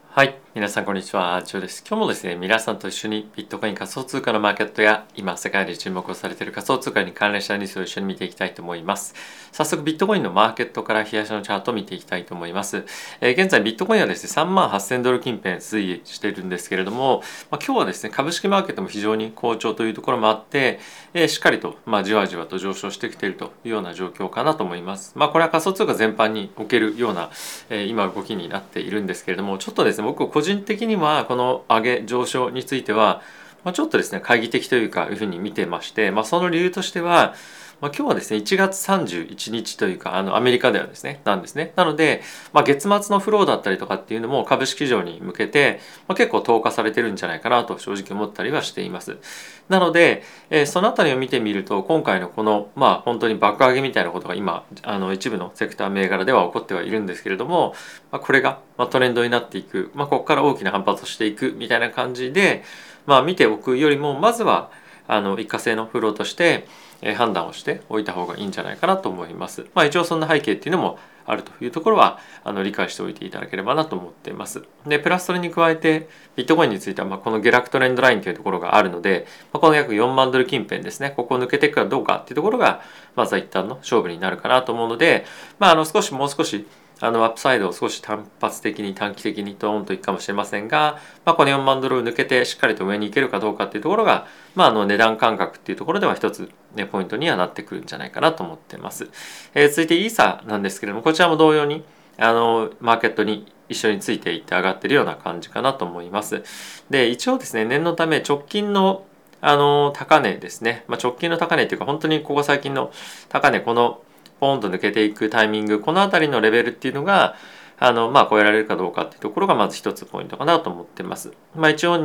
はい。皆さん、こんにちは。ジョーです。今日もですね、皆さんと一緒にビットコイン仮想通貨のマーケットや、今、世界で注目をされている仮想通貨に関連したニュースを一緒に見ていきたいと思います。早速、ビットコインのマーケットから冷やしのチャートを見ていきたいと思います。現在、ビットコインはですね、38,000ドル近辺推移しているんですけれども、今日はですね、株式マーケットも非常に好調というところもあって、しっかりと、じわじわと上昇してきているというような状況かなと思います。これは仮想通貨全般におけるような、今動きになっているんですけれども、ちょっとですね、僕個人的にはこの上げ上昇については、ちょっとですね懐疑的というかいうふうに見てまして、その理由としては、今日はですね1月31日というかアメリカではですねなんですね。なので、月末のフローだったりとかっていうのも株式市場に向けて、結構投下されてるんじゃないかなと正直思ったりはしています。なので、そのあたりを見てみると今回のこの本当に爆上げみたいなことが今一部のセクター銘柄では起こってはいるんですけれども、これがトレンドになっていく、ここから大きな反発をしていくみたいな感じで、見ておくよりもまずは一過性のフローとして判断をしておいた方がいいんじゃないかなと思います。一応そんな背景っていうのもあるというところは理解しておいていただければなと思っています。でプラスそれに加えてビットコインについてはこの下落トレンドラインというところがあるので、この約4万ドル近辺ですね、ここを抜けていくかどうかっていうところがまずは一旦の勝負になるかなと思うので、もう少しアップサイドを少し単発的に短期的にドーンといくかもしれませんが、この4万ドルを抜けてしっかりと上に行けるかどうかっていうところが、値段感覚っていうところでは一つ、ポイントにはなってくるんじゃないかなと思っています。続いてイーサなんですけれども、こちらも同様にマーケットに一緒についていって上がっているような感じかなと思います。で一応ですね、念のため直近の高値ですね、直近の高値っていうか本当にここ最近の高値、このポンと抜けていくタイミング、この辺りのレベルっていうのが超えられるかどうかっていうところがまず一つポイントかなと思ってます。一応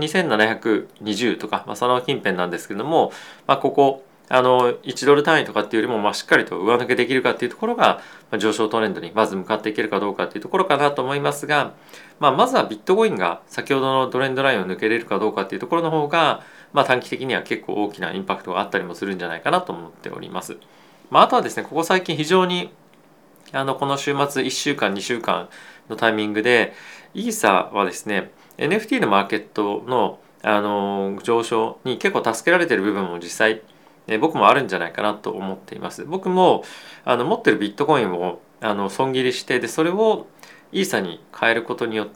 2720とか、その近辺なんですけども、ここ1ドル単位とかっていうよりもしっかりと上抜けできるかっていうところが上昇トレンドにまず向かっていけるかどうかっていうところかなと思いますが、まずはビットコインが先ほどのトレンドラインを抜けれるかどうかっていうところの方が、短期的には結構大きなインパクトがあったりもするんじゃないかなと思っております。あとはですね、ここ最近非常にこの週末1週間2週間のタイミングでイーサはですね NFT のマーケットの上昇に結構助けられている部分も実際僕もあるんじゃないかなと思っています。僕も持ってるビットコインを損切りして、でそれをイーサに変えることによって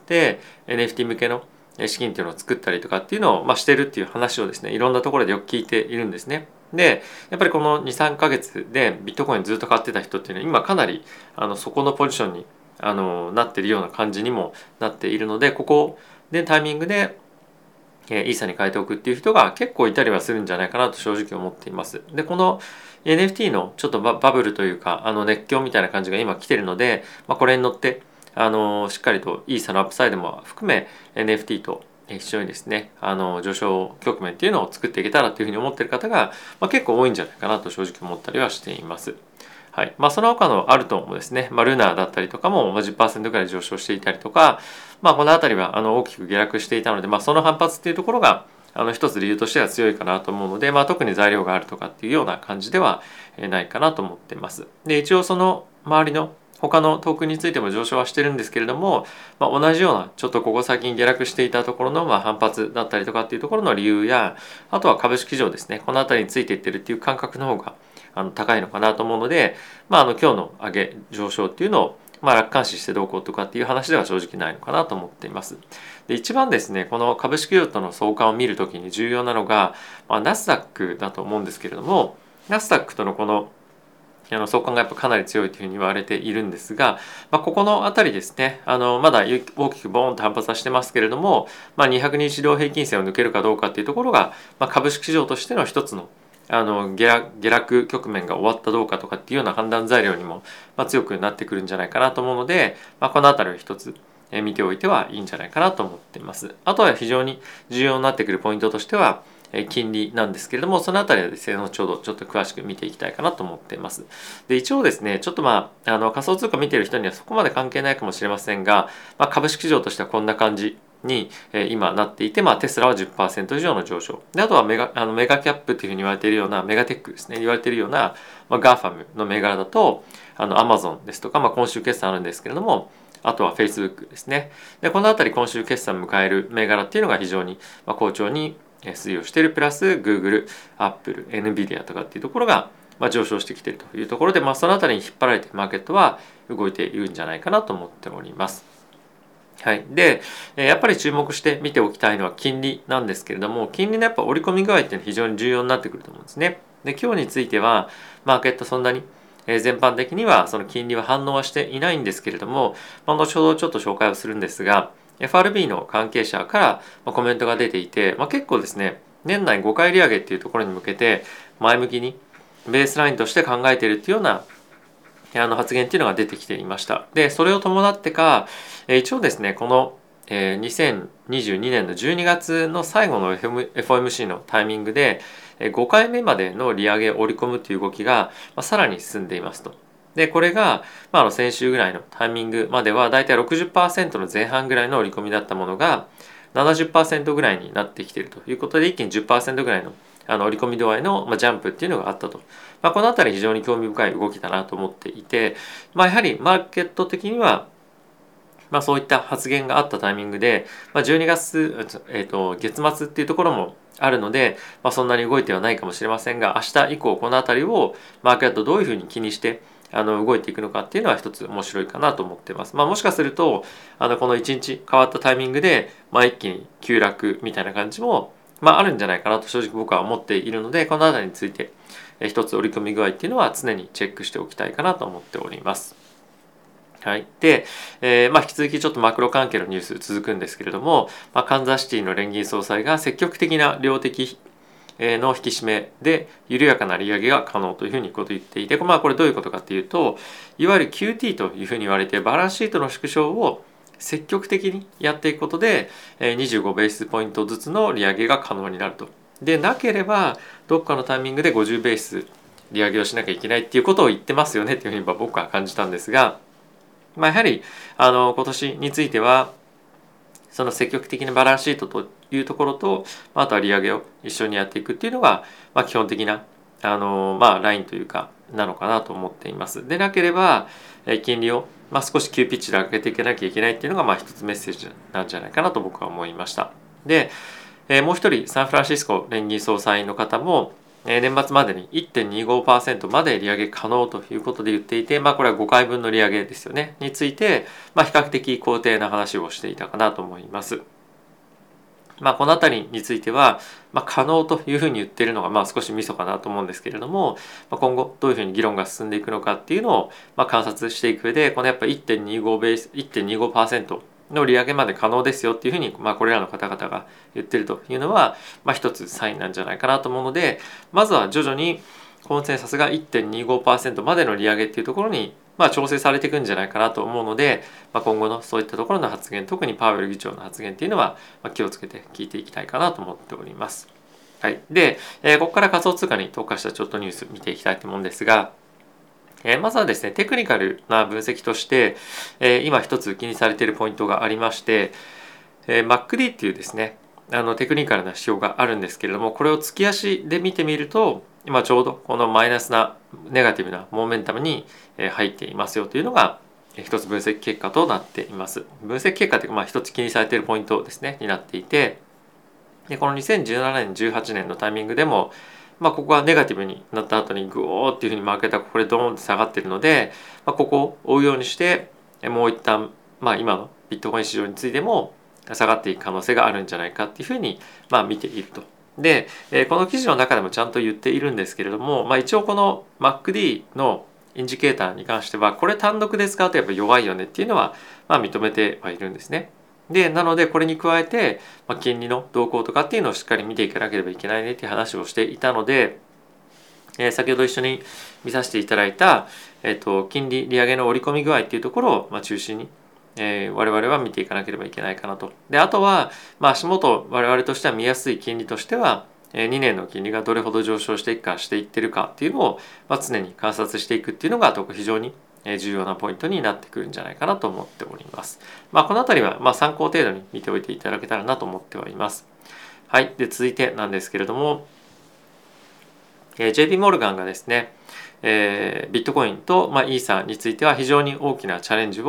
NFT 向けの資金っていうのを作ったりとかっていうのをしてるっていう話をですねいろんなところでよく聞いているんですね。でやっぱりこの23ヶ月でビットコインずっと買ってた人っていうのは今かなりそこのポジションになっているような感じにもなっているので、ここでタイミングでイーサに変えておくっていう人が結構いたりはするんじゃないかなと正直思っています。でこの NFT のちょっとバブルというか熱狂みたいな感じが今来てるので、これに乗ってしっかりとイーサのアップサイドも含め NFT と一緒にですね上昇局面っていうのを作っていけたらというふうに思っている方が、結構多いんじゃないかなと正直思ったりはしています。はい。その他のアルトンもですね、ルナーだったりとかも 10% ぐらい上昇していたりとか、この辺りは大きく下落していたので、その反発っていうところが一つ理由としては強いかなと思うので、特に材料があるとかっていうような感じではないかなと思っています。で一応その周りの他のトークンについても上昇はしてるんですけれども、同じようなちょっとここ最近下落していたところの反発だったりとかっていうところの理由や、あとは株式市場ですね、この辺りについていってるっていう感覚の方が高いのかなと思うので、今日の上げ上昇っていうのを楽観視してどうこうとかっていう話では正直ないのかなと思っています。で一番ですねこの株式市場との相関を見るときに重要なのが、ナスダックだと思うんですけれども、ナスダックとのこの相関がやっぱかなり強いというふうに言われているんですが、ここのあたりですねまだ大きくボーンと反発はしてますけれども、200日移動平均線を抜けるかどうかっていうところが、株式市場としての一つの下落局面が終わったどうかとかっていうような判断材料にも強くなってくるんじゃないかなと思うので、このあたりを一つ見ておいてはいいんじゃないかなと思っています。あとは非常に重要になってくるポイントとしては金利なんですけれども、そのあたりはですね後ほどちょっと詳しく見ていきたいかなと思っています。で一応ですねちょっと仮想通貨見ている人にはそこまで関係ないかもしれませんが、株式市場としてはこんな感じに今なっていて、テスラは 10% 以上の上昇で、あとはメガキャップっていうふうに言われているようなメガテックですね、言われているような、ガーファムの銘柄だとアマゾンですとか、今週決算あるんですけれどもあとは Facebook ですね。で、このあたり今週決算を迎える銘柄っていうのが非常に好調に推移をしている。プラス Google、Apple、Nvidia とかっていうところが上昇してきているというところで、そのあたりに引っ張られてマーケットは動いているんじゃないかなと思っております。はい、でやっぱり注目して見ておきたいのは金利なんですけれども、金利のやっぱ織り込み具合っていうのは非常に重要になってくると思うんですね。で、今日についてはマーケットそんなに全般的にはその金利は反応はしていないんですけれども、後ほどちょっと紹介をするんですが、 FRB の関係者からコメントが出ていて、結構ですね、年内5回利上げっていうところに向けて前向きにベースラインとして考えているっていうような発言っていうのが出てきていました。で、それを伴ってか、一応ですね、この2022年の12月の最後の FOMC のタイミングで5回目までの利上げを織り込むという動きがさらに進んでいますと。で、これが先週ぐらいのタイミングまではだいたい 60% の前半ぐらいの織り込みだったものが 70% ぐらいになってきているということで、一気に 10% ぐらいの織り込み度合いのジャンプっていうのがあったと。このあたり非常に興味深い動きだなと思っていて、やはりマーケット的にはそういった発言があったタイミングで、12月、月末っていうところもあるので、そんなに動いてはないかもしれませんが、明日以降このあたりをマーケットどういうふうに気にして動いていくのかっていうのは一つ面白いかなと思っています。もしかするとこの1日変わったタイミングで、一気に急落みたいな感じもあるんじゃないかなと正直僕は思っているので、このあたりについて一つ織り込み具合っていうのは常にチェックしておきたいかなと思っております。はい、で、引き続きちょっとマクロ関係のニュース続くんですけれども、カンザスシティの連銀総裁が積極的な量的の引き締めで緩やかな利上げが可能というふうに言っていて、これどういうことかっていうと、いわゆる QT というふうに言われてバランスシートの縮小を積極的にやっていくことで25ベースポイントずつの利上げが可能になると。でなければどっかのタイミングで50ベース利上げをしなきゃいけないっていうことを言ってますよねっていうふうに僕は感じたんですが、やはり今年についてはその積極的なバランスシートというところと、あとは利上げを一緒にやっていくっていうのが、基本的なラインというかなのかなと思っています。でなければ金利を少し急ピッチで上げていかなきゃいけないっていうのが一つメッセージなんじゃないかなと僕は思いました。でもう一人サンフランシスコ連銀総裁の方も年末までに 1.25% まで利上げ可能ということで言っていて、これは5回分の利上げですよねについて、比較的肯定な話をしていたかなと思います。このあたりについては、可能というふうに言っているのが少しミソかなと思うんですけれども、今後どういうふうに議論が進んでいくのかっていうのを観察していく上で、このやっぱ 1.25% の利上げまで可能ですよっていうふうにこれらの方々が言ってるというのは一つサインなんじゃないかなと思うので、まずは徐々にコンセンサスが 1.25% までの利上げっていうところに調整されていくんじゃないかなと思うので、今後のそういったところの発言、特にパウエル議長の発言っていうのは気をつけて聞いていきたいかなと思っております。はい、で、ここから仮想通貨に特化したちょっとニュース見ていきたいと思うんですが、まずはですね、テクニカルな分析として、今一つ気にされているポイントがありまして、MACD っていうですね、テクニカルな指標があるんですけれども、これを月足で見てみると、今ちょうどこのマイナスなネガティブなモメンタムに入っていますよというのが一つ分析結果となっています。分析結果というか一つ気にされているポイントですねになっていて、でこの2017年18年のタイミングでもここがネガティブになった後にグオーっていうふうにマーケットがこれドーンって下がっているので、ここを追うようにしてもう一旦今のビットコイン市場についても下がっていく可能性があるんじゃないかっていうふうに見ていると。でこの記事の中でもちゃんと言っているんですけれども、一応この MACD のインジケーターに関してはこれ単独で使うとやっぱ弱いよねっていうのは認めてはいるんですね。でなのでこれに加えて金利の動向とかっていうのをしっかり見ていかなければいけないねっていう話をしていたので、先ほど一緒に見させていただいた、金利利上げの織り込み具合っていうところを中心に我々は見ていかなければいけないかなと。であとは足元我々としては見やすい金利としては2年の金利がどれほど上昇していくかしていってるかっていうのを常に観察していくっていうのが非常に重要なポイントになってくるんじゃないかなと思っております。このあたりは参考程度に見ておいていただけたらなと思ってはいます。はい。で続いてなんですけれども、JP モルガンがですね、ビットコインとイーサについては非常に大きなチャレンジを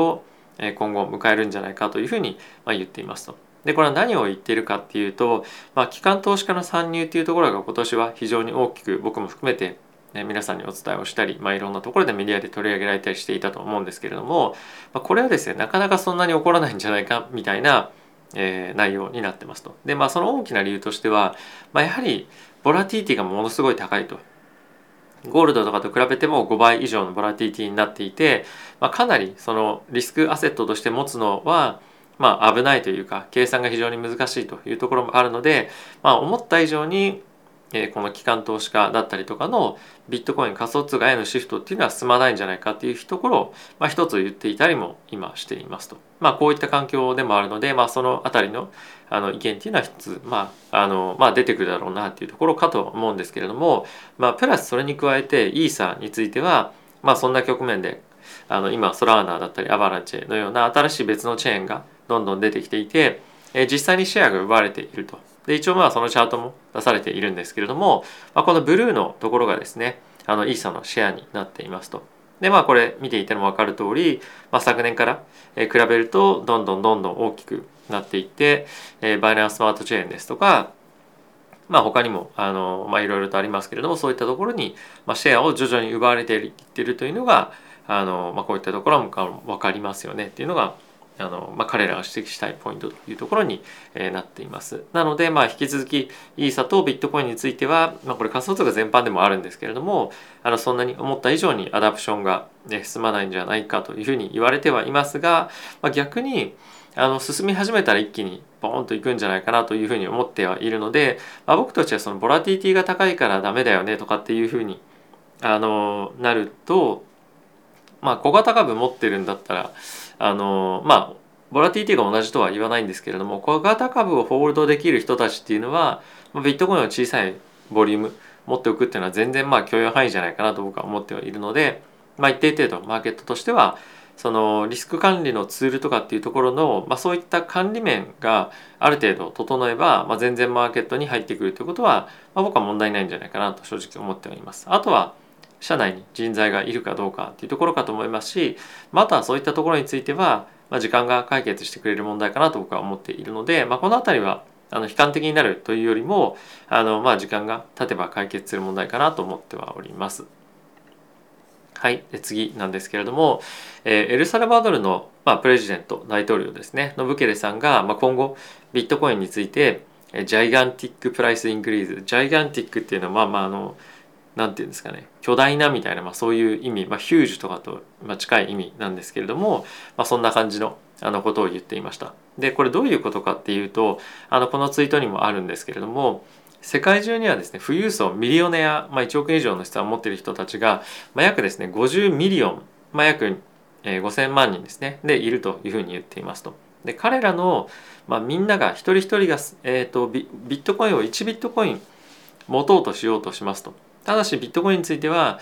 今後迎えるんじゃないかというふうに言っていますと。でこれは何を言っているかっていうと、機関投資家の参入っていうところが今年は非常に大きく僕も含めて皆さんにお伝えをしたり、いろんなところでメディアで取り上げられたりしていたと思うんですけれども、これはですねなかなかそんなに起こらないんじゃないかみたいな、内容になってますと。でその大きな理由としては、やはりボラティティがものすごい高いと。ゴールドとかと比べても5倍以上のボラティティになっていて、かなりそのリスクアセットとして持つのは危ないというか計算が非常に難しいというところもあるので、思った以上にこの機関投資家だったりとかのビットコイン仮想通貨へのシフトっていうのは進まないんじゃないかっていうところを、一つ言っていたりも今していますと。こういった環境でもあるので、そのあたりの意見っていうのは一つ出てくるだろうなっていうところかと思うんですけれども、プラスそれに加えてイーサについてはそんな局面で今ソラーナだったりアバランチェのような新しい別のチェーンがどんどん出てきていて、実際にシェアが奪われていると。で一応そのチャートも出されているんですけれども、このブルーのところがですねイーサのシェアになっていますと。でこれ見ていても分かる通り、昨年から比べるとどんどん大きくなっていって、バイナンススマートチェーンですとか他にもいろいろとありますけれども、そういったところにシェアを徐々に奪われていっているというのがこういったところも分かりますよねっていうのが彼らが指摘したいポイントというところになっています。なので引き続きイーサとビットコインについては、これ仮想通貨全般でもあるんですけれども、そんなに思った以上にアダプションが進まないんじゃないかというふうに言われてはいますが、逆に進み始めたら一気にボーンといくんじゃないかなというふうに思ってはいるので、僕たちはそのボラティティが高いからダメだよねとかっていうふうになると、小型株持ってるんだったらボラティティが同じとは言わないんですけれども、小型株をホールドできる人たちっていうのはビットコインの小さいボリューム持っておくっていうのは全然許容範囲じゃないかなと僕は思ってはいるので、一定程度マーケットとしてはそのリスク管理のツールとかっていうところの、そういった管理面がある程度整えば、全然マーケットに入ってくるということは、僕は問題ないんじゃないかなと正直思ってはいます。あとは社内に人材がいるかどうかっていうところかと思いますし、あとはそういったところについては、時間が解決してくれる問題かなと僕は思っているので、この辺りは悲観的になるというよりも時間が経てば解決する問題かなと思ってはおります。はい、で次なんですけれども、エルサルバドルの、プレジデント大統領ですねのブケレさんが、今後ビットコインについてジャイガンティックプライスインクリーズ、ジャイガンティックっていうのはなんていうんですかね、巨大なみたいな、そういう意味、ヒュージュとかと、近い意味なんですけれども、そんな感じのことを言っていました。でこれどういうことかっていうと、このツイートにもあるんですけれども、世界中にはですね富裕層ミリオネア、1億円以上の資産を持っている人たちが、約ですね50ミリオン、約5000万人ですねでいるというふうに言っていますと。で彼らの、みんなが一人一人が、ビットコインを1ビットコイン持とうとしようとしますと。ただしビットコインについては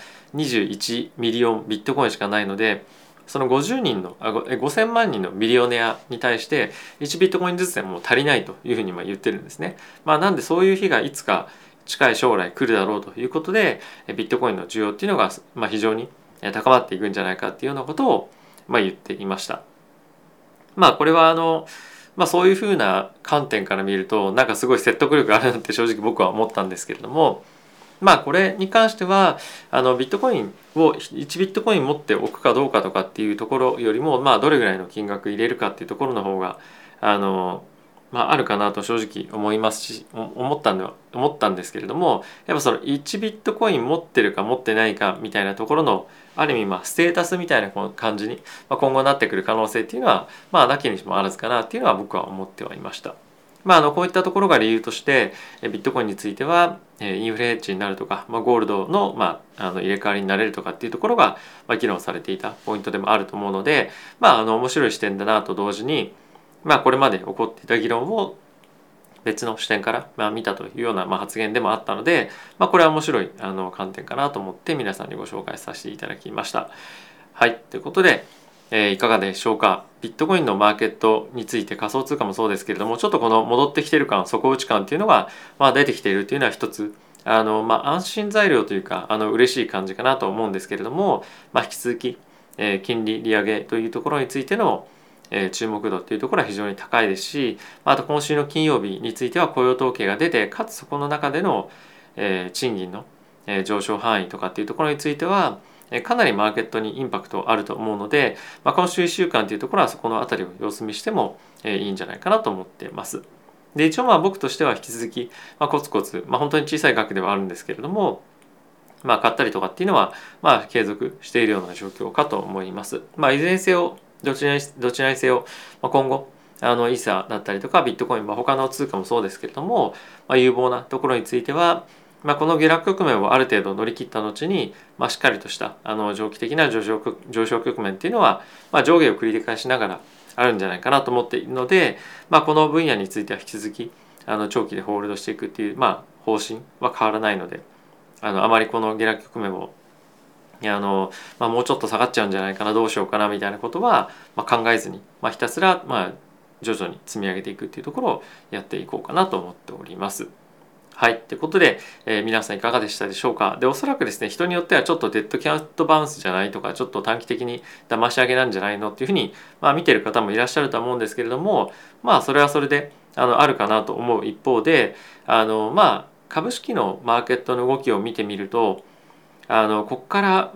21ミリオンビットコインしかないので、その50人の5000万人のミリオネアに対して1ビットコインずつでも足りないというふうに言ってるんですね。なんでそういう日がいつか近い将来来るだろうということで、ビットコインの需要っていうのが非常に高まっていくんじゃないかっていうようなことを言っていました。これはそういうふうな観点から見るとすごい説得力があるなって正直僕は思ったんですけれども、これに関してはビットコインを1ビットコイン持っておくかどうかとかっていうところよりも、どれぐらいの金額入れるかっていうところの方があるかなと正直思いますし、思ったんですけれども、やっぱその1ビットコイン持ってるか持ってないかみたいなところのある意味ステータスみたいな感じに今後なってくる可能性っていうのはなきにしもあらずかなっていうのは僕は思ってはいました。こういったところが理由としてビットコインについてはインフレヘッジになるとか、ゴールドの入れ替わりになれるとかっていうところが議論されていたポイントでもあると思うので、面白い視点だなと同時に、これまで起こっていた議論を別の視点から見たというような発言でもあったので、これは面白い観点かなと思って皆さんにご紹介させていただきました。はい、ということでいかがでしょうか。ビットコインのマーケットについて仮想通貨もそうですけれども、ちょっとこの戻ってきてる感、底打ち感っていうのが出てきているというのは一つ安心材料というか嬉しい感じかなと思うんですけれども、引き続き金利利上げというところについての注目度っていうところは非常に高いですし、あと今週の金曜日については雇用統計が出て、かつそこの中での賃金の上昇範囲とかっていうところについてはかなりマーケットにインパクトあると思うので、今週1週間というところはそこのあたりを様子見してもいいんじゃないかなと思っています。で一応僕としては引き続きコツコツ本当に小さい額ではあるんですけれども買ったりとかっていうのは継続しているような状況かと思います。いずれにせよどちらにせよ今後イーサだったりとかビットコイン他の通貨もそうですけれども有望なところについてはこの下落局面をある程度乗り切った後にしっかりとした長期的な上昇局面っていうのは上下を繰り返しながらあるんじゃないかなと思っているのでこの分野については引き続き長期でホールドしていくっていう方針は変わらないのであまりこの下落局面をもうちょっと下がっちゃうんじゃないかなどうしようかなみたいなことは考えずにひたすら徐々に積み上げていくっていうところをやっていこうかなと思っております。はい。ということで、皆さんいかがでしたでしょうか。で、おそらくですね、人によってはちょっとデッドキャットバウンスじゃないとか、ちょっと短期的に騙し上げなんじゃないのっていうふうに、見てる方もいらっしゃると思うんですけれども、それはそれであるかなと思う一方で、株式のマーケットの動きを見てみると、ここから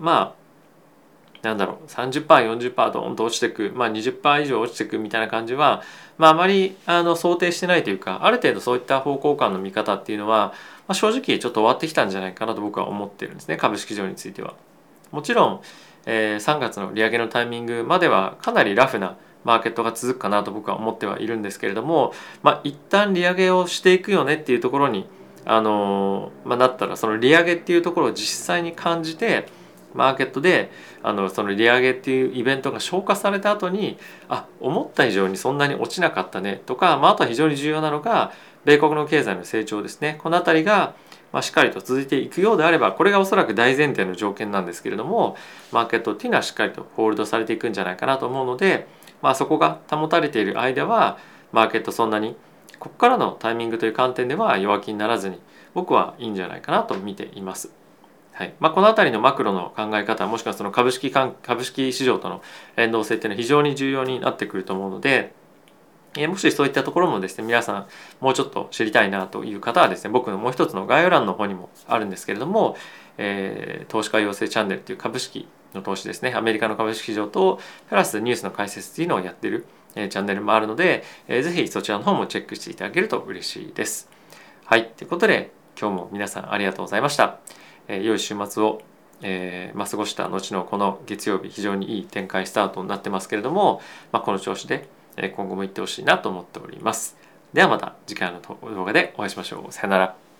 30%、40%ドーンと落ちていく、20%以上落ちていくみたいな感じは、あまり想定してないというか、ある程度そういった方向感の見方っていうのは、正直ちょっと終わってきたんじゃないかなと僕は思ってるんですね、株式市場については。もちろん、3月の利上げのタイミングまではかなりラフなマーケットが続くかなと僕は思ってはいるんですけれども、一旦利上げをしていくよねっていうところになったらその利上げっていうところを実際に感じてマーケットでその利上げっていうイベントが消化された後に思った以上にそんなに落ちなかったねとか、あとは非常に重要なのが米国の経済の成長ですね。この辺りがしっかりと続いていくようであればこれがおそらく大前提の条件なんですけれどもマーケットっていうのはしっかりとホールドされていくんじゃないかなと思うので、そこが保たれている間はマーケットそんなにここからのタイミングという観点では弱気にならずに僕はいいんじゃないかなと見ています。はい。この辺りのマクロの考え方もしくはその株式市場との連動性っていうのは非常に重要になってくると思うのでもしそういったところもですね皆さんもうちょっと知りたいなという方はですね僕のもう一つの概要欄の方にもあるんですけれども、投資家養成チャンネルという株式の投資ですねアメリカの株式市場とプラスニュースの解説っていうのをやってるチャンネルもあるので、ぜひそちらの方もチェックしていただけると嬉しいです。はい。ということで今日も皆さんありがとうございました。良い週末を、過ごした後のこの月曜日非常にいい展開スタートになってますけれども、この調子で今後も行ってほしいなと思っております。ではまた次回の動画でお会いしましょう。さよなら。